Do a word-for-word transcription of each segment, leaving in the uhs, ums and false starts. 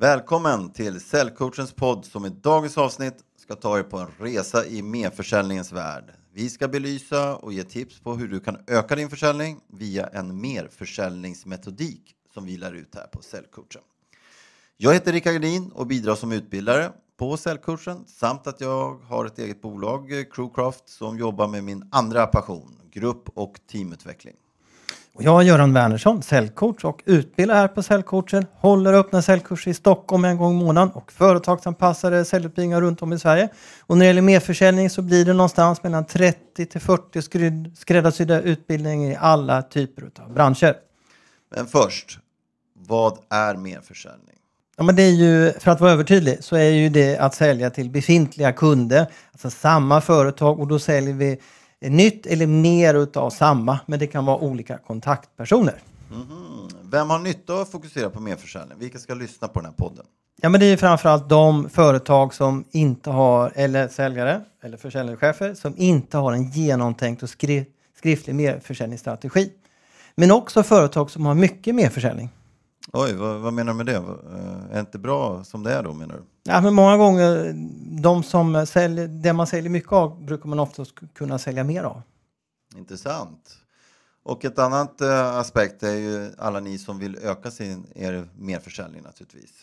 Välkommen till Säljcoachens podd som i dagens avsnitt ska ta er på en resa i merförsäljningens värld. Vi ska belysa och ge tips på hur du kan öka din försäljning via en merförsäljningsmetodik som vi lär ut här på Säljcoachen. Jag heter Rickard Gardin och bidrar som utbildare på Säljcoachen samt att jag har ett eget bolag, Crewcraft, som jobbar med min andra passion, grupp- och teamutveckling. Och jag är Göran Wernersson, säljcoach och utbildar här på Säljcoachen. Håller öppna säljkurser i Stockholm en gång i månaden och företagsanpassade säljutbildningar runt om i Sverige. Och när det gäller merförsäljning så blir det någonstans mellan trettio till fyrtio skräddarsydda utbildningar i alla typer av branscher. Men först, vad är merförsäljning? Ja, men det är ju, för att vara övertydlig, så är ju det att sälja till befintliga kunder. Alltså samma företag, och då säljer vi nytt eller mer utav samma, men det kan vara olika kontaktpersoner. Mm-hmm. Vem har nytta av att fokusera på merförsäljning? Vilka ska lyssna på den här podden? Ja, men det är ju framförallt de företag som inte har, eller säljare eller försäljningschefer som inte har en genomtänkt och skri- skriftlig merförsäljningsstrategi. Men också företag som har mycket merförsäljning. Oj, vad, vad menar du med det? Uh, är det inte bra som det är då, menar du? Ja, men många gånger, de som säljer, det man säljer mycket av brukar man ofta kunna sälja mer av. Intressant. Och ett annat uh, aspekt är ju alla ni som vill öka sin er merförsäljning naturligtvis.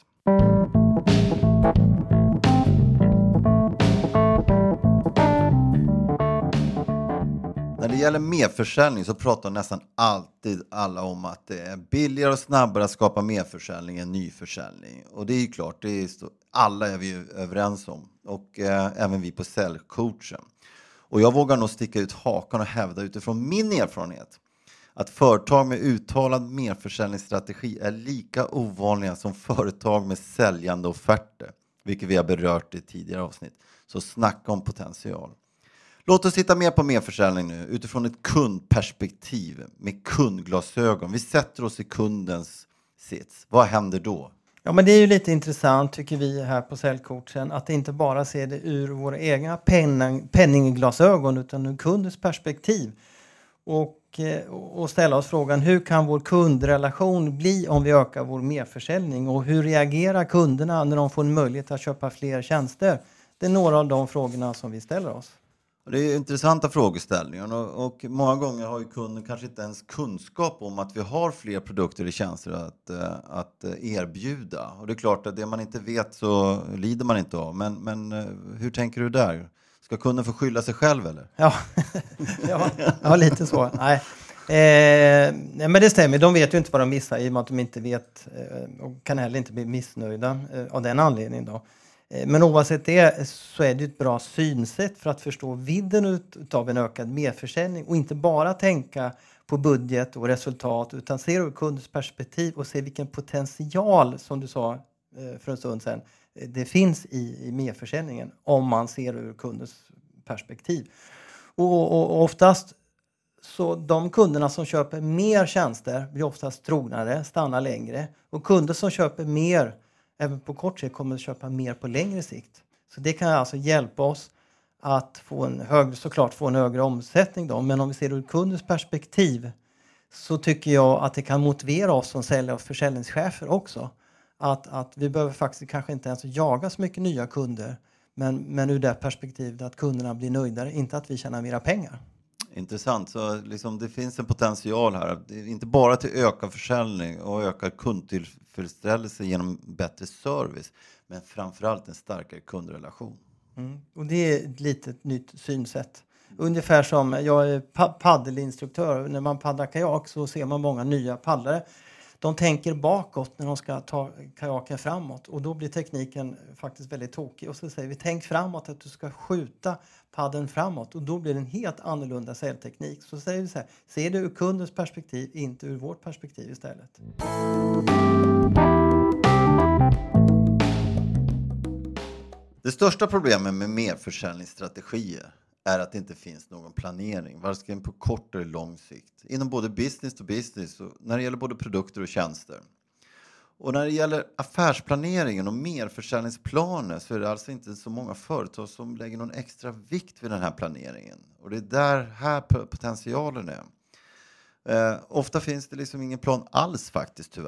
När det gäller merförsäljning så pratar nästan alltid alla om att det är billigare och snabbare att skapa merförsäljning än nyförsäljning. Och det är ju klart, det är så, alla är vi ju överens om. Och eh, även vi på Säljcoachen. Och jag vågar nog sticka ut hakan och hävda utifrån min erfarenhet att företag med uttalad merförsäljningsstrategi är lika ovanliga som företag med säljande offerter. Vilket vi har berört i tidigare avsnitt. Så snacka om potential. Låt oss titta mer på merförsäljning nu utifrån ett kundperspektiv med kundglasögon. Vi sätter oss i kundens sits. Vad händer då? Ja, men det är ju lite intressant tycker vi här på Säljcoachen att inte bara se det ur våra egna penning, penningglasögon utan ur kundens perspektiv. Och, och ställa oss frågan, hur kan vår kundrelation bli om vi ökar vår merförsäljning? Och hur reagerar kunderna när de får en möjlighet att köpa fler tjänster? Det är några av de frågorna som vi ställer oss. Det är intressanta frågeställningar och, och många gånger har ju kunden kanske inte ens kunskap om att vi har fler produkter och tjänster att, att erbjuda. Och det är klart att det man inte vet så lider man inte av. Men, men hur tänker du där? Ska kunden få skylla sig själv eller? Ja, ja, ja lite så. Nej. Eh, men det stämmer, de vet ju inte vad de missar i och med att de inte vet eh, och kan heller inte bli missnöjda eh, av den anledningen då. Men oavsett det så är det ett bra synsätt för att förstå vidden av en ökad merförsäljning och inte bara tänka på budget och resultat utan se ur kundens perspektiv och se vilken potential som du sa för en stund sedan det finns i, i merförsäljningen om man ser ur kundens perspektiv. Och, och, och oftast så de kunderna som köper mer tjänster blir oftast trognare, stannar längre och kunder som köper mer även på kort sikt kommer att köpa mer på längre sikt. Så det kan alltså hjälpa oss att få en högre, såklart få en högre omsättning då. Men om vi ser ur kundens perspektiv så tycker jag att det kan motivera oss som säljare och försäljningschefer också. Att, att vi behöver faktiskt kanske inte ens jaga så mycket nya kunder. Men, men ur det perspektivet att kunderna blir nöjdare, inte att vi tjänar mera pengar. Intressant, så liksom det finns en potential här. Det är inte bara till ökad försäljning och ökad kundtillfredsställelse genom bättre service. Men framförallt en starkare kundrelation. Mm. Och det är ett litet nytt synsätt. Ungefär som jag är paddelinstruktör. När man paddlar kajak så ser man många nya paddlare. De tänker bakåt när de ska ta kajaken framåt. Och då blir tekniken faktiskt väldigt tokig. Och så säger vi, tänk framåt att du ska skjuta paddeln framåt. Och då blir det en helt annorlunda säljteknik. Så säger vi så här, se det ur kundens perspektiv, inte ur vårt perspektiv istället. Det största problemet med merförsäljningsstrategier är att det inte finns någon planering, varken på kort eller lång sikt. Inom både business to business och när det gäller både produkter och tjänster. Och när det gäller affärsplaneringen och merförsäljningsplaner så är det alltså inte så många företag som lägger någon extra vikt vid den här planeringen. Och det är där här potentialen är. Eh, ofta finns det liksom ingen plan alls faktiskt tyvärr.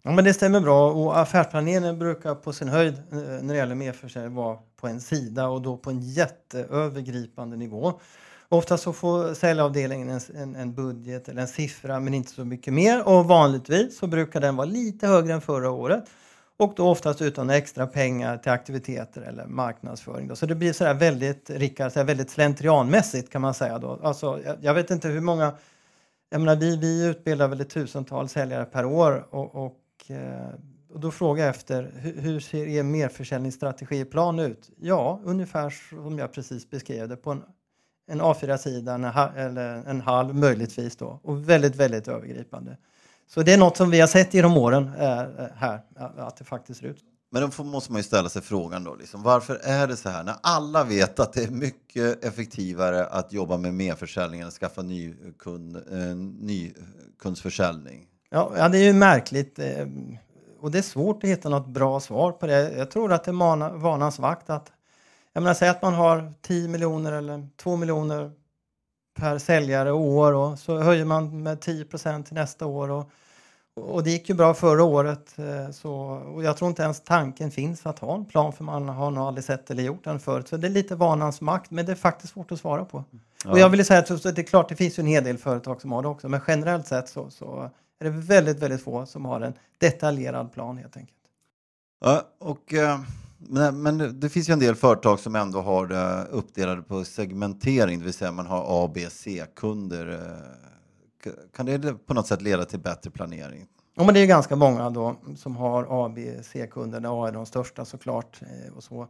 Ja, men det stämmer bra, och affärsplaneringen brukar på sin höjd eh, när det gäller merförsäljning vara på en sida och då på en jätteövergripande nivå. Ofta så får säljavdelningen en, en, en budget eller en siffra, men inte så mycket mer, och vanligtvis så brukar den vara lite högre än förra året. Och då oftast utan extra pengar till aktiviteter eller marknadsföring. Då. Så det blir sådär väldigt, Rickard, sådär väldigt slentrianmässigt kan man säga då. Alltså, jag, jag vet inte hur många, jag menar vi, vi utbildar väl ett tusental säljare per år och, och, eh, och då frågar jag efter hur, hur ser er merförsäljningsstrategiplan ut? Ja, ungefär som jag precis beskrev det på en, en A fyra-sida en, eller en halv möjligtvis då. Och väldigt, väldigt övergripande. Så det är något som vi har sett genom åren äh, här, att det faktiskt ser ut. Men då måste man ju ställa sig frågan då, liksom, varför är det så här? När alla vet att det är mycket effektivare att jobba med merförsäljning än att skaffa ny, kund, eh, ny kundsförsäljning. Ja, ja, det är ju märkligt. Eh, och det är svårt att hitta något bra svar på det. Jag tror att det är mana, vanans vakt att, jag menar, säg att man har tio miljoner eller två miljoner per säljare år, och så höjer man med tio procent till nästa år, och, och det gick ju bra förra året, så, och jag tror inte ens tanken finns att ha en plan, för man har nog aldrig sett eller gjort den förut, så det är lite vanans makt, men det är faktiskt svårt att svara på. Ja. Och jag vill säga att det är klart, det finns ju en hel del företag som har det också, men generellt sett så, så är det väldigt, väldigt få som har en detaljerad plan helt enkelt. Ja, och eh... Men, men det finns ju en del företag som ändå har det uppdelade på segmentering, det vill säga man har A, B, C-kunder. Kan det på något sätt leda till bättre planering? Ja, men det är ganska många då som har A, B, C-kunder, där A är de största såklart. Och så.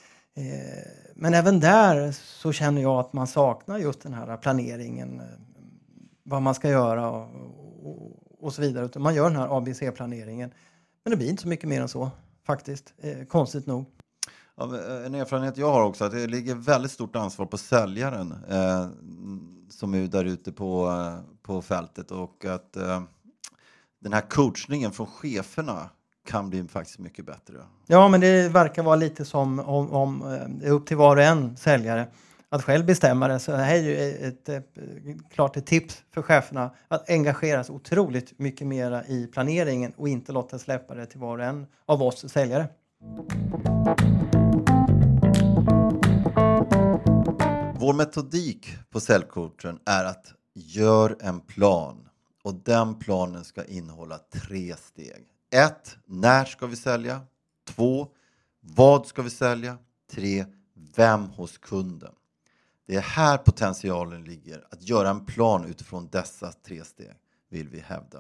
Men även där så känner jag att man saknar just den här planeringen, vad man ska göra och, och, och så vidare. Man gör den här A, B, C-planeringen, men det blir inte så mycket mer än så. Faktiskt, eh, konstigt nog. Ja, en erfarenhet jag har också, att det ligger väldigt stort ansvar på säljaren eh, som är där ute på, eh, på fältet, och att eh, den här coachningen från cheferna kan bli faktiskt mycket bättre. Ja, men det verkar vara lite som om, om det är upp till var och en säljare att själv bestämma det. Så det här är ju ett, ett, ett, klart ett tips för cheferna att engagera sig otroligt mycket mer i planeringen och inte låta släppa det till var och en av oss säljare. Vår metodik på säljcoachen är att gör en plan, och den planen ska innehålla tre steg. Ett, när ska vi sälja? Två, vad ska vi sälja? Tre, vem hos kunden? Det är här potentialen ligger, att göra en plan utifrån dessa tre steg, vill vi hävda.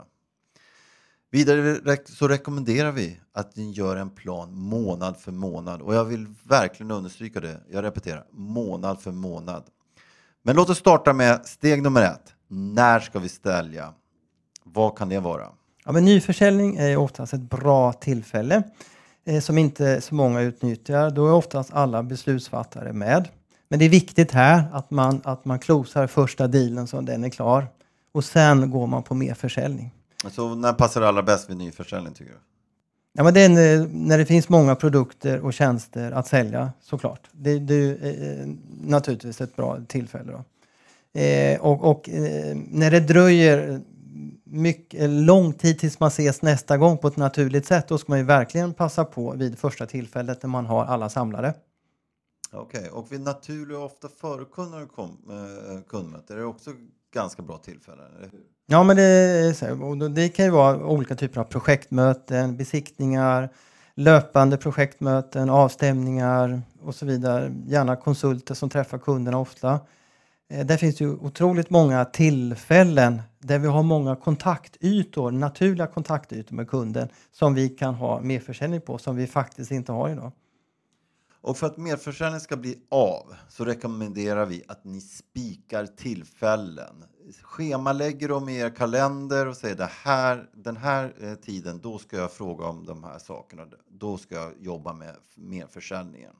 Vidare så rekommenderar vi att ni gör en plan månad för månad. Och jag vill verkligen understryka det, jag repeterar, månad för månad. Men låt oss starta med steg nummer ett. När ska vi sälja? Vad kan det vara? Ja, men nyförsäljning är oftast ett bra tillfälle eh, som inte så många utnyttjar. Då är oftast alla beslutsfattare med. Men det är viktigt här att man, att man closar första dealen så den är klar. Och sen går man på mer försäljning. Så när passar det allra bäst vid nyförsäljning tycker du? Ja, men det är när det finns många produkter och tjänster att sälja, såklart. Det, det är eh, naturligtvis ett bra tillfälle då. Eh, och och eh, när det dröjer mycket, lång tid tills man ses nästa gång på ett naturligt sätt, då ska man ju verkligen passa på vid första tillfället när man har alla samlade. Okej, okay. Och vid naturliga och ofta förekommande eh, kundmöten är det också ganska bra tillfällen, eller hur? Ja, men det, och det kan ju vara olika typer av projektmöten, besiktningar, löpande projektmöten, avstämningar och så vidare. Gärna konsulter som träffar kunderna ofta. Eh, där finns ju otroligt många tillfällen där vi har många kontaktytor, naturliga kontaktytor med kunden som vi kan ha merförsäljning på, som vi faktiskt inte har idag. Och för att merförsäljning ska bli av så rekommenderar vi att ni spikar tillfällen. Schemalägger dem i er kalender och säger det här, den här eh, tiden, då ska jag fråga om de här sakerna. Då ska jag jobba med merförsäljningen.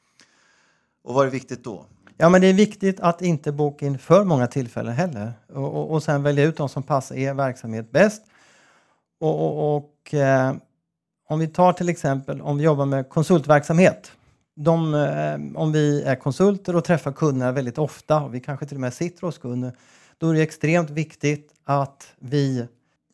Och vad är viktigt då? Ja, men det är viktigt att inte boka in för många tillfällen heller. Och, och, och sen välja ut de som passar er verksamhet bäst. Och, och, och eh, om vi tar till exempel, om vi jobbar med konsultverksamhet. De, eh, om vi är konsulter och träffar kunderna väldigt ofta, och vi kanske till och med sitter hos kunder, då är det extremt viktigt att vi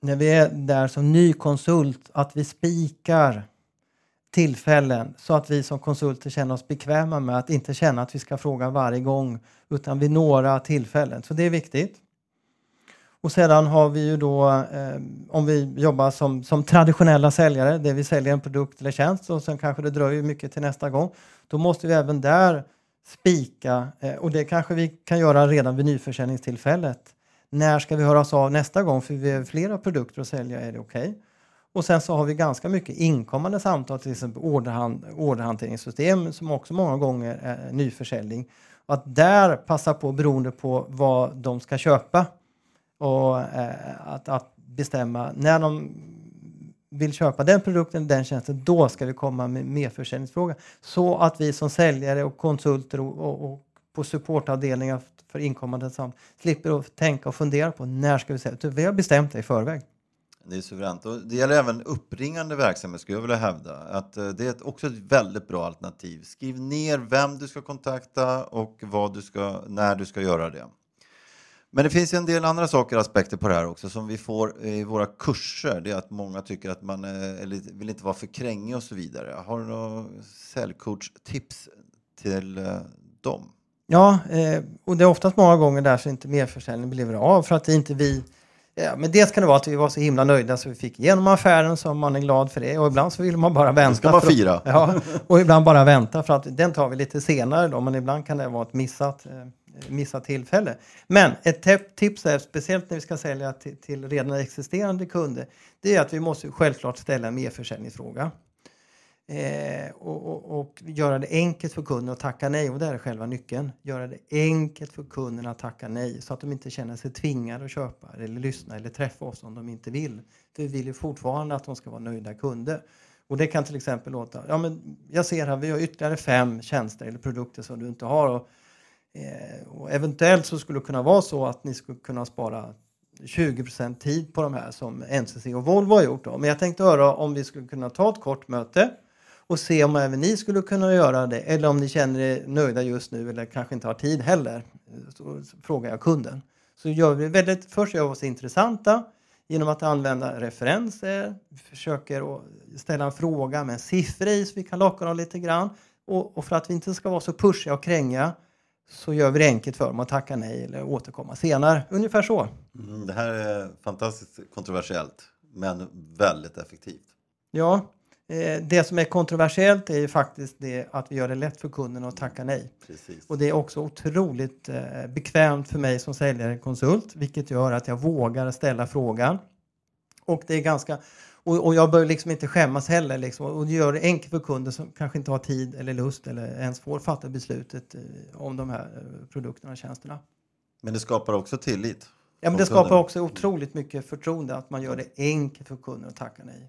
när vi är där som ny konsult, att vi spikar tillfällen så att vi som konsulter känner oss bekväma med att inte känna att vi ska fråga varje gång, utan vid några tillfällen. Så det är viktigt. Och sedan har vi ju då, eh, om vi jobbar som, som traditionella säljare, där vi säljer en produkt eller tjänst och sen kanske det dröjer mycket till nästa gång, då måste vi även där spika, eh, och det kanske vi kan göra redan vid nyförsäljningstillfället. När ska vi höras av nästa gång? För vi har flera produkter att sälja, är det okej? Okay? Och sen så har vi ganska mycket inkommande samtal, till exempel orderhand, orderhanteringssystem som också många gånger är nyförsäljning. Och att där passa på beroende på vad de ska köpa. Och eh, att, att bestämma när de vill köpa den produkten, den tjänsten, då ska vi komma med merförsäljningsfråga. Så att vi som säljare och konsulter och, och, och på supportavdelningar för inkommande samtal slipper att tänka och fundera på när ska vi sälja. Vi har bestämt det i förväg. Det är suveränt. Och det gäller även uppringande verksamhet, skulle jag vilja hävda. Att det är också ett väldigt bra alternativ. Skriv ner vem du ska kontakta och vad du ska, när du ska göra det. Men det finns ju en del andra saker, aspekter på det här också som vi får i våra kurser. Det är att många tycker att man är, vill inte vara för krängig och så vidare. Har du några säljcoach-tips till dem? Ja, och det är oftast många gånger där så inte merförsäljning blir av för att det inte vi... Ja, men det kan det vara att vi var så himla nöjda så vi fick igenom affären så man är glad för det. Och ibland så vill man bara vänta. Ska man fira. Att, ja, och ibland bara vänta för att den tar vi lite senare då. Men ibland kan det vara ett missat, eh, missat tillfälle. Men ett te- tips är, speciellt när vi ska sälja till, till redan existerande kunder. Det är att vi måste självklart ställa en merförsäljningsfråga. Eh, och, och, och göra det enkelt för kunden att tacka nej, och det är själva nyckeln. Göra det enkelt för kunden att tacka nej så att de inte känner sig tvingade att köpa eller lyssna eller träffa oss om de inte vill. För vi vill ju fortfarande att de ska vara nöjda kunder. Och det kan till exempel låta, ja men jag ser här vi har ytterligare fem tjänster eller produkter som du inte har och, eh, och eventuellt så skulle det kunna vara så att ni skulle kunna spara tjugo procent tid på de här som N C C och Volvo har gjort då. Men jag tänkte höra om vi skulle kunna ta ett kort möte och se om även ni skulle kunna göra det. Eller om ni känner er nöjda just nu eller kanske inte har tid heller. Så frågar jag kunden. Så gör vi väldigt, först gör vi oss intressanta genom att använda referenser. Vi försöker ställa en fråga med en siffra i så vi kan locka dem lite grann. Och, och för att vi inte ska vara så pushiga och kränga så gör vi det enkelt för dem att tacka nej eller återkomma senare. Ungefär så. Mm, det här är fantastiskt kontroversiellt men väldigt effektivt. Ja. Det som är kontroversiellt är ju faktiskt det att vi gör det lätt för kunden att tacka nej. Precis. Och det är också otroligt bekvämt för mig som säljare konsult, vilket gör att jag vågar ställa frågan. Och det är ganska, och, och jag bör liksom inte skämmas heller liksom, och det gör det enkelt för kunden som kanske inte har tid eller lust eller ens får fatta beslutet om de här produkterna och tjänsterna. Men det skapar också tillit. Ja, men det skapar också otroligt mycket förtroende att man gör det enkelt för kunden att tacka nej.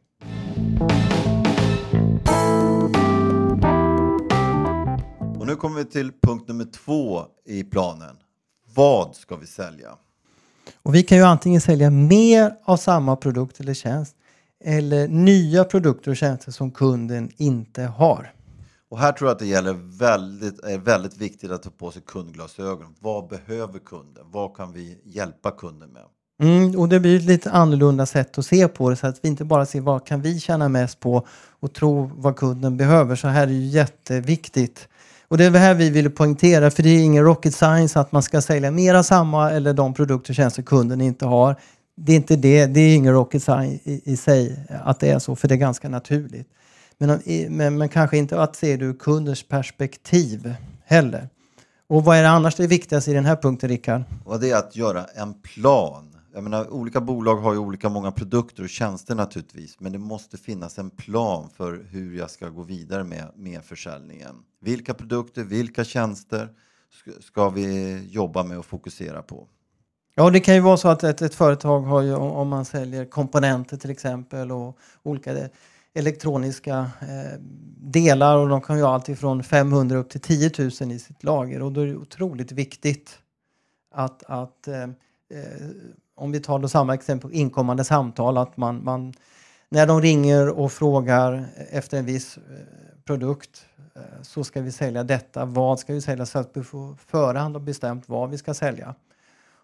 Och nu kommer vi till punkt nummer två i planen. Vad ska vi sälja? Och vi kan ju antingen sälja mer av samma produkt eller tjänst eller nya produkter och tjänster som kunden inte har. Och här tror jag att det gäller väldigt, är väldigt viktigt att ta på sig kundglasögon. Vad behöver kunden? Vad kan vi hjälpa kunden med? Mm, och det blir ett lite annorlunda sätt att se på det så att vi inte bara ser vad kan vi tjäna mest på och tro vad kunden behöver. Så här är ju jätteviktigt. Och det är det här vi vill poängtera, för det är ingen rocket science att man ska sälja mera samma eller de produkter och tjänster kunden inte har. Det är inte det, det är ingen rocket science i, i sig att det är så, för det är ganska naturligt. Men, men, men kanske inte att se det ur kundens perspektiv heller. Och vad är det annars det viktigaste i den här punkten, Rickard? Och det är att göra en plan. Jag menar, olika bolag har ju olika många produkter och tjänster naturligtvis. Men det måste finnas en plan för hur jag ska gå vidare med, med försäljningen. Vilka produkter, vilka tjänster ska vi jobba med och fokusera på? Ja, det kan ju vara så att ett, ett företag har ju, om man säljer komponenter till exempel och olika elektroniska eh, delar, och de kan ju ha allt ifrån femhundra upp till tio tusen i sitt lager, och då är det otroligt viktigt att, att eh, om vi tar då samma exempel inkommande samtal, att man, man när de ringer och frågar efter en viss eh, produkt eh, så ska vi sälja detta, vad ska vi sälja, så att vi får förhand och bestämt vad vi ska sälja.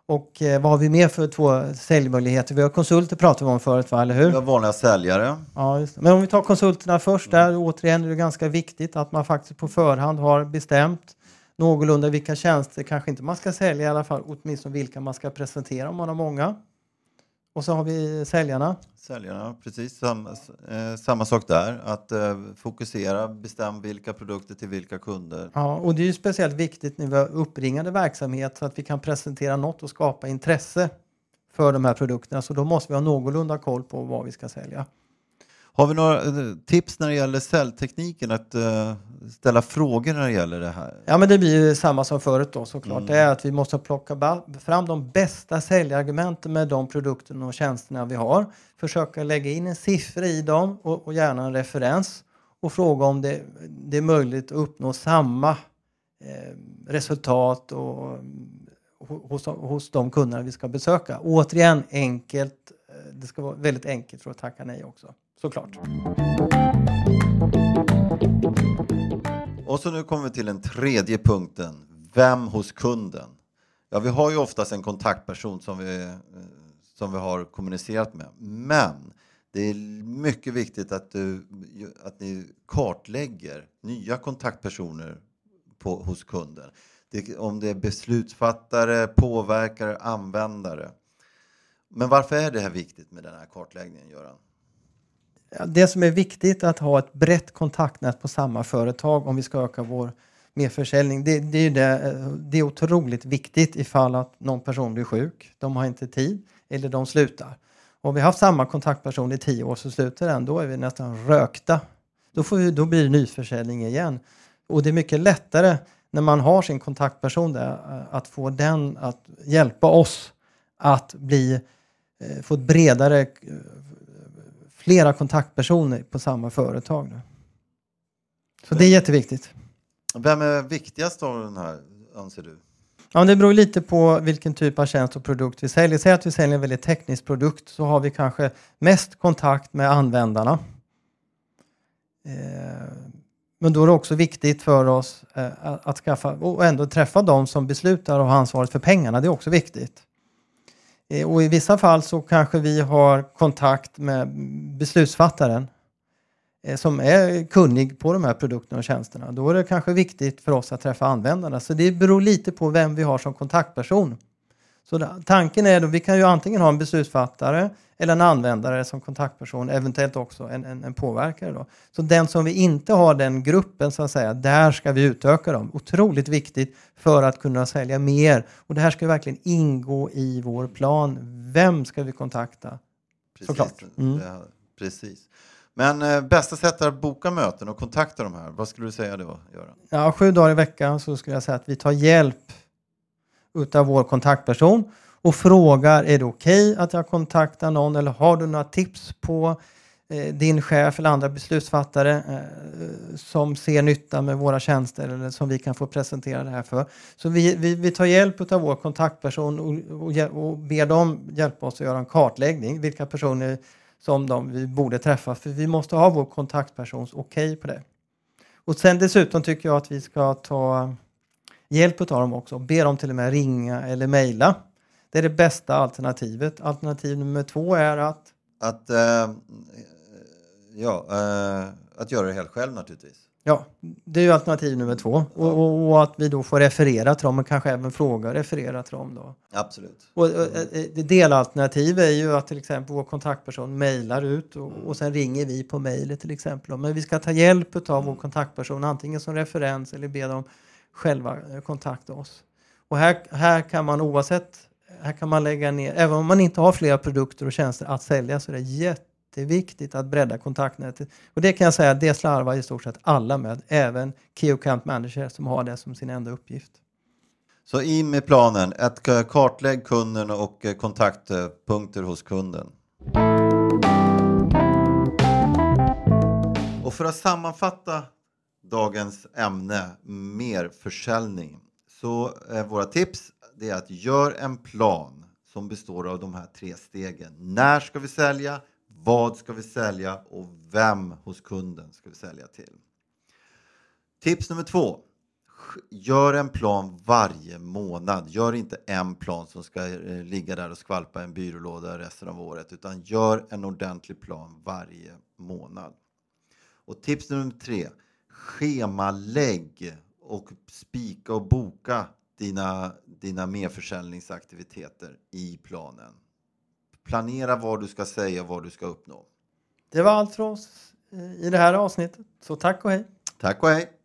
Och eh, vad har vi mer för två säljmöjligheter? Vi har konsulter, pratade vi om förut, va, eller hur? Vi har vanliga säljare. Ja, just det. Men om vi tar konsulterna först, där återigen är det ganska viktigt att man faktiskt på förhand har bestämt någorlunda vilka tjänster kanske inte man ska sälja, i alla fall åtminstone vilka man ska presentera om man har många. Och så har vi säljarna. Säljarna, precis. Samma, eh, samma sak där. Att eh, fokusera, bestämma vilka produkter till vilka kunder. Ja, och det är ju speciellt viktigt när vi har uppringande verksamhet så att vi kan presentera något och skapa intresse för de här produkterna. Så då måste vi ha någorlunda koll på vad vi ska sälja. Har vi några eh, tips när det gäller säljtekniken? Att eh, ställa frågor när det gäller det här? Ja, men det blir ju samma som förut då såklart. Mm. Det är att vi måste plocka ba- fram de bästa säljargumenten med de produkterna och tjänsterna vi har. Försöka lägga in en siffra i dem och, och gärna en referens. Och fråga om det, det är möjligt att uppnå samma eh, resultat och, hos, hos de kunderna vi ska besöka. Återigen enkelt. Det ska vara väldigt enkelt för att tacka nej också. Såklart. Och så nu kommer vi till den tredje punkten. Vem hos kunden? Ja, vi har ju oftast en kontaktperson som vi, som vi har kommunicerat med. Men det är mycket viktigt att, du, att ni kartlägger nya kontaktpersoner på, hos kunden. Det, om det är beslutsfattare, påverkare, användare. Men varför är det här viktigt med den här kartläggningen, Göran? Det som är viktigt är att ha ett brett kontaktnät på samma företag om vi ska öka vår merförsäljning. Det, det, är det, det är otroligt viktigt ifall att någon person blir sjuk, de har inte tid eller de slutar. Om vi har haft samma kontaktperson i tio år så slutar den, då är vi nästan rökta. Då, får vi, då blir det nyförsäljning igen. Och det är mycket lättare när man har sin kontaktperson där att få den att hjälpa oss att bli, få ett bredare, flera kontaktpersoner på samma företag. Så det är jätteviktigt. Vem är viktigast av den här, anser du? Ja, det beror lite på vilken typ av tjänst och produkt vi säljer. Säg att vi säljer en väldigt teknisk produkt så har vi kanske mest kontakt med användarna. Men då är det också viktigt för oss att skaffa och ändå träffa de som beslutar och har ansvaret för pengarna. Det är också viktigt. Och i vissa fall så kanske vi har kontakt med beslutsfattaren som är kunnig på de här produkterna och tjänsterna. Då är det kanske viktigt för oss att träffa användarna. Så det beror lite på vem vi har som kontaktperson. Så där, tanken är då, vi kan ju antingen ha en beslutsfattare eller en användare som kontaktperson, eventuellt också en, en, en påverkare då. Så den som vi inte har den gruppen så att säga, där ska vi utöka dem. Otroligt viktigt för att kunna sälja mer. Och det här ska verkligen ingå i vår plan. Vem ska vi kontakta? Precis, såklart. Mm. Ja, precis. Men eh, bästa sättet att boka möten och kontakta de här, vad skulle du säga det var, Göran? Ja, sju dagar i veckan så skulle jag säga att vi tar hjälp utav vår kontaktperson och frågar, är det okej okay att jag kontaktar någon eller har du några tips på eh, din chef eller andra beslutsfattare eh, som ser nytta med våra tjänster eller som vi kan få presentera det här för. Så vi, vi, vi tar hjälp utav vår kontaktperson och, och, och ber dem hjälpa oss att göra en kartläggning. Vilka personer som de vi borde träffa, för vi måste ha vår kontaktpersons okej på det. Och sen dessutom tycker jag att vi ska ta hjälp av dem också. Be dem till och med ringa eller mejla. Det är det bästa alternativet. Alternativ nummer två är att... Att, eh, ja, eh, att göra det helt själv naturligtvis. Ja, det är ju alternativ nummer två. Och, och, och att vi då får referera till dem och kanske även fråga referera till dem då. Absolut. Och, och det delalternativ är ju att till exempel vår kontaktperson mejlar ut och, och sen ringer vi på mejlet till exempel. Men vi ska ta hjälp av vår kontaktperson antingen som referens eller be dem själva kontakta oss. Och här, här kan man oavsett, här kan man lägga ner, även om man inte har flera produkter och tjänster att sälja så är det jätteviktigt att bredda kontaktnätet. Och det kan jag säga, det slarvar i stort sett alla med, även Key Account Manager som har det som sin enda uppgift. Så i med planen, att kartlägg kunden och kontaktpunkter hos kunden. Och för att sammanfatta dagens ämne, mer försäljning, så är våra tips det är att gör en plan som består av de här tre stegen. När ska vi sälja? Vad ska vi sälja? Och vem hos kunden ska vi sälja till? Tips nummer två. Gör en plan varje månad. Gör inte en plan som ska ligga där och skvalpa i en byrålåda resten av året. Utan gör en ordentlig plan varje månad. Och tips nummer tre. Schemalägg och spika och boka dina, dina merförsäljningsaktiviteter i planen. Planera vad du ska säga och vad du ska uppnå. Det var allt för oss i det här avsnittet. Så tack och hej. Tack och hej.